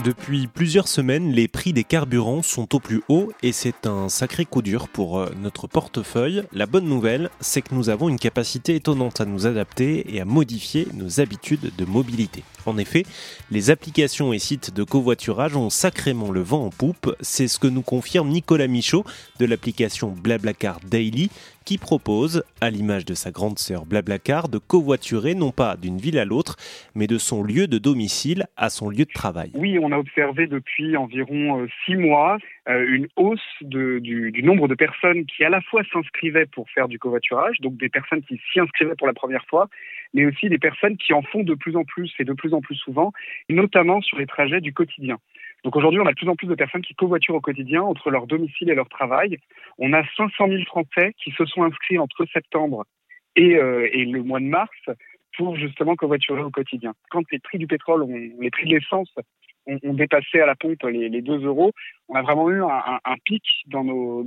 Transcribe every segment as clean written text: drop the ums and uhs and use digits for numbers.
Depuis plusieurs semaines, les prix des carburants sont au plus haut et c'est un sacré coup dur pour notre portefeuille. La bonne nouvelle, c'est que nous avons une capacité étonnante à nous adapter et à modifier nos habitudes de mobilité. En effet, les applications et sites de covoiturage ont sacrément le vent en poupe. C'est ce que nous confirme Nicolas Michaud de l'application Blablacar Daily qui propose, à l'image de sa grande sœur Blablacar, de covoiturer non pas d'une ville à l'autre, mais de son lieu de domicile à son lieu de travail. Oui, on a observé depuis environ 6 mois une hausse du nombre de personnes qui à la fois s'inscrivaient pour faire du covoiturage, donc des personnes qui s'y inscrivaient pour la première fois, mais aussi des personnes qui en font de plus en plus et de plus en plus souvent, notamment sur les trajets du quotidien. Donc aujourd'hui, on a de plus en plus de personnes qui covoiturent au quotidien entre leur domicile et leur travail. On a 500 000 Français qui se sont inscrits entre septembre et le mois de mars pour justement covoiturer au quotidien. Quand les prix du pétrole, les prix de l'essence ont dépassé à la pompe les 2 euros, on a vraiment eu un pic dans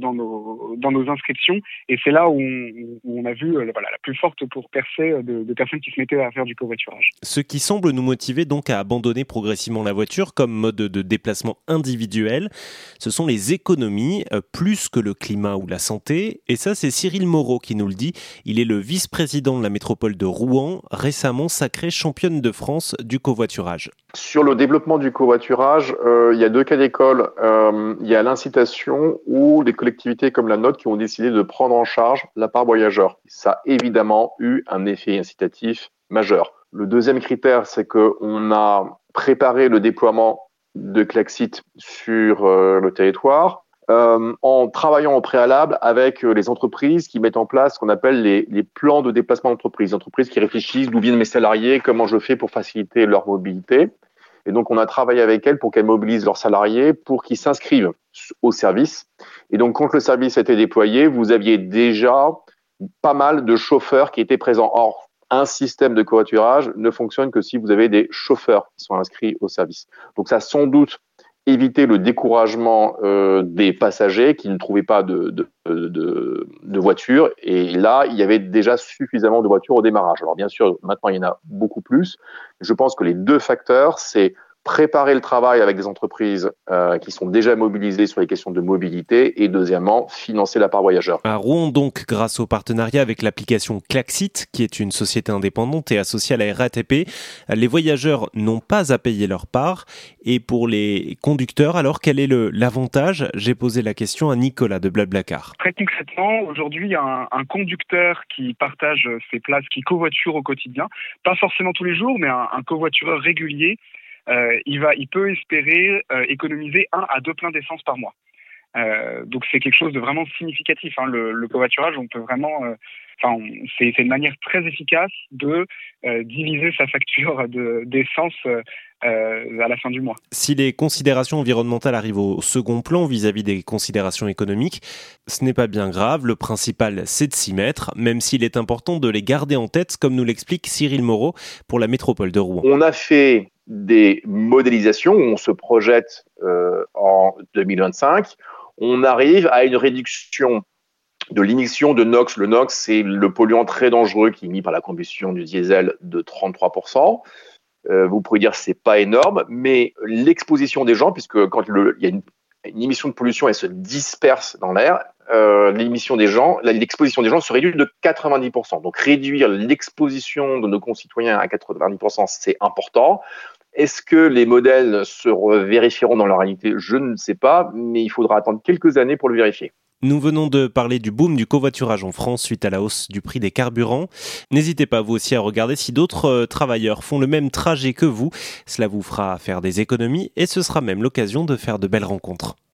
nos inscriptions et c'est là où on a vu la plus forte pour percée de personnes qui se mettaient à faire du covoiturage. Ce qui semble nous motiver donc à abandonner progressivement la voiture comme mode de déplacement individuel, ce sont les économies plus que le climat ou la santé. Et ça, c'est Cyril Moreau qui nous le dit. Il est le vice-président de la métropole de Rouen, récemment sacrée championne de France du covoiturage. Sur le développement du covoiturage, il y a 2 cas d'école. Il y a l'incitation ou des collectivités comme la nôtre qui ont décidé de prendre en charge la part voyageur. Ça a évidemment eu un effet incitatif majeur. Le deuxième critère, c'est qu'on a préparé le déploiement de Klaxit sur le territoire en travaillant au préalable avec les entreprises qui mettent en place ce qu'on appelle les plans de déplacement d'entreprise. Les entreprises qui réfléchissent d'où viennent mes salariés, comment je fais pour faciliter leur mobilité. Et donc, on a travaillé avec elles pour qu'elles mobilisent leurs salariés pour qu'ils s'inscrivent au service. Et donc, quand le service a été déployé, vous aviez déjà pas mal de chauffeurs qui étaient présents. Or, un système de covoiturage ne fonctionne que si vous avez des chauffeurs qui sont inscrits au service. Donc, ça a sans doute évité le découragement des passagers qui ne trouvaient pas de voiture. Et là, il y avait déjà suffisamment de voitures au démarrage. Alors bien sûr, maintenant, il y en a beaucoup plus. Je pense que les 2 facteurs, c'est préparer le travail avec des entreprises qui sont déjà mobilisées sur les questions de mobilité et deuxièmement, financer la part voyageur. À Rouen, donc, grâce au partenariat avec l'application Klaxit, qui est une société indépendante et associée à la RATP, les voyageurs n'ont pas à payer leur part. Et pour les conducteurs, alors quel est l'avantage ? J'ai posé la question à Nicolas de Blablacar. Très concrètement, aujourd'hui, il y a un conducteur qui partage ses places, qui covoiture au quotidien, pas forcément tous les jours, mais un covoitureur régulier. Il peut espérer économiser 1 à 2 pleins d'essence par mois. Donc c'est quelque chose de vraiment significatif. Le covoiturage, on peut vraiment, c'est une manière très efficace de diviser sa facture d'essence à la fin du mois. Si les considérations environnementales arrivent au second plan vis-à-vis des considérations économiques, ce n'est pas bien grave. Le principal, c'est de s'y mettre, même s'il est important de les garder en tête, comme nous l'explique Cyril Moreau pour la métropole de Rouen. On a fait des modélisations où on se projette en 2025. On arrive à une réduction de l'émission de NOx. Le NOx, c'est le polluant très dangereux qui est émis par la combustion du diesel de 33%. Vous pourrez dire que c'est pas énorme, mais l'exposition des gens, puisque quand il y a une émission de pollution, elle se disperse dans l'air, l'exposition des gens se réduit de 90%. Donc réduire l'exposition de nos concitoyens à 90%, c'est important. Est-ce que les modèles se vérifieront dans la réalité ? Je ne sais pas, mais il faudra attendre quelques années pour le vérifier. Nous venons de parler du boom du covoiturage en France suite à la hausse du prix des carburants. N'hésitez pas vous aussi à regarder si d'autres travailleurs font le même trajet que vous. Cela vous fera faire des économies et ce sera même l'occasion de faire de belles rencontres.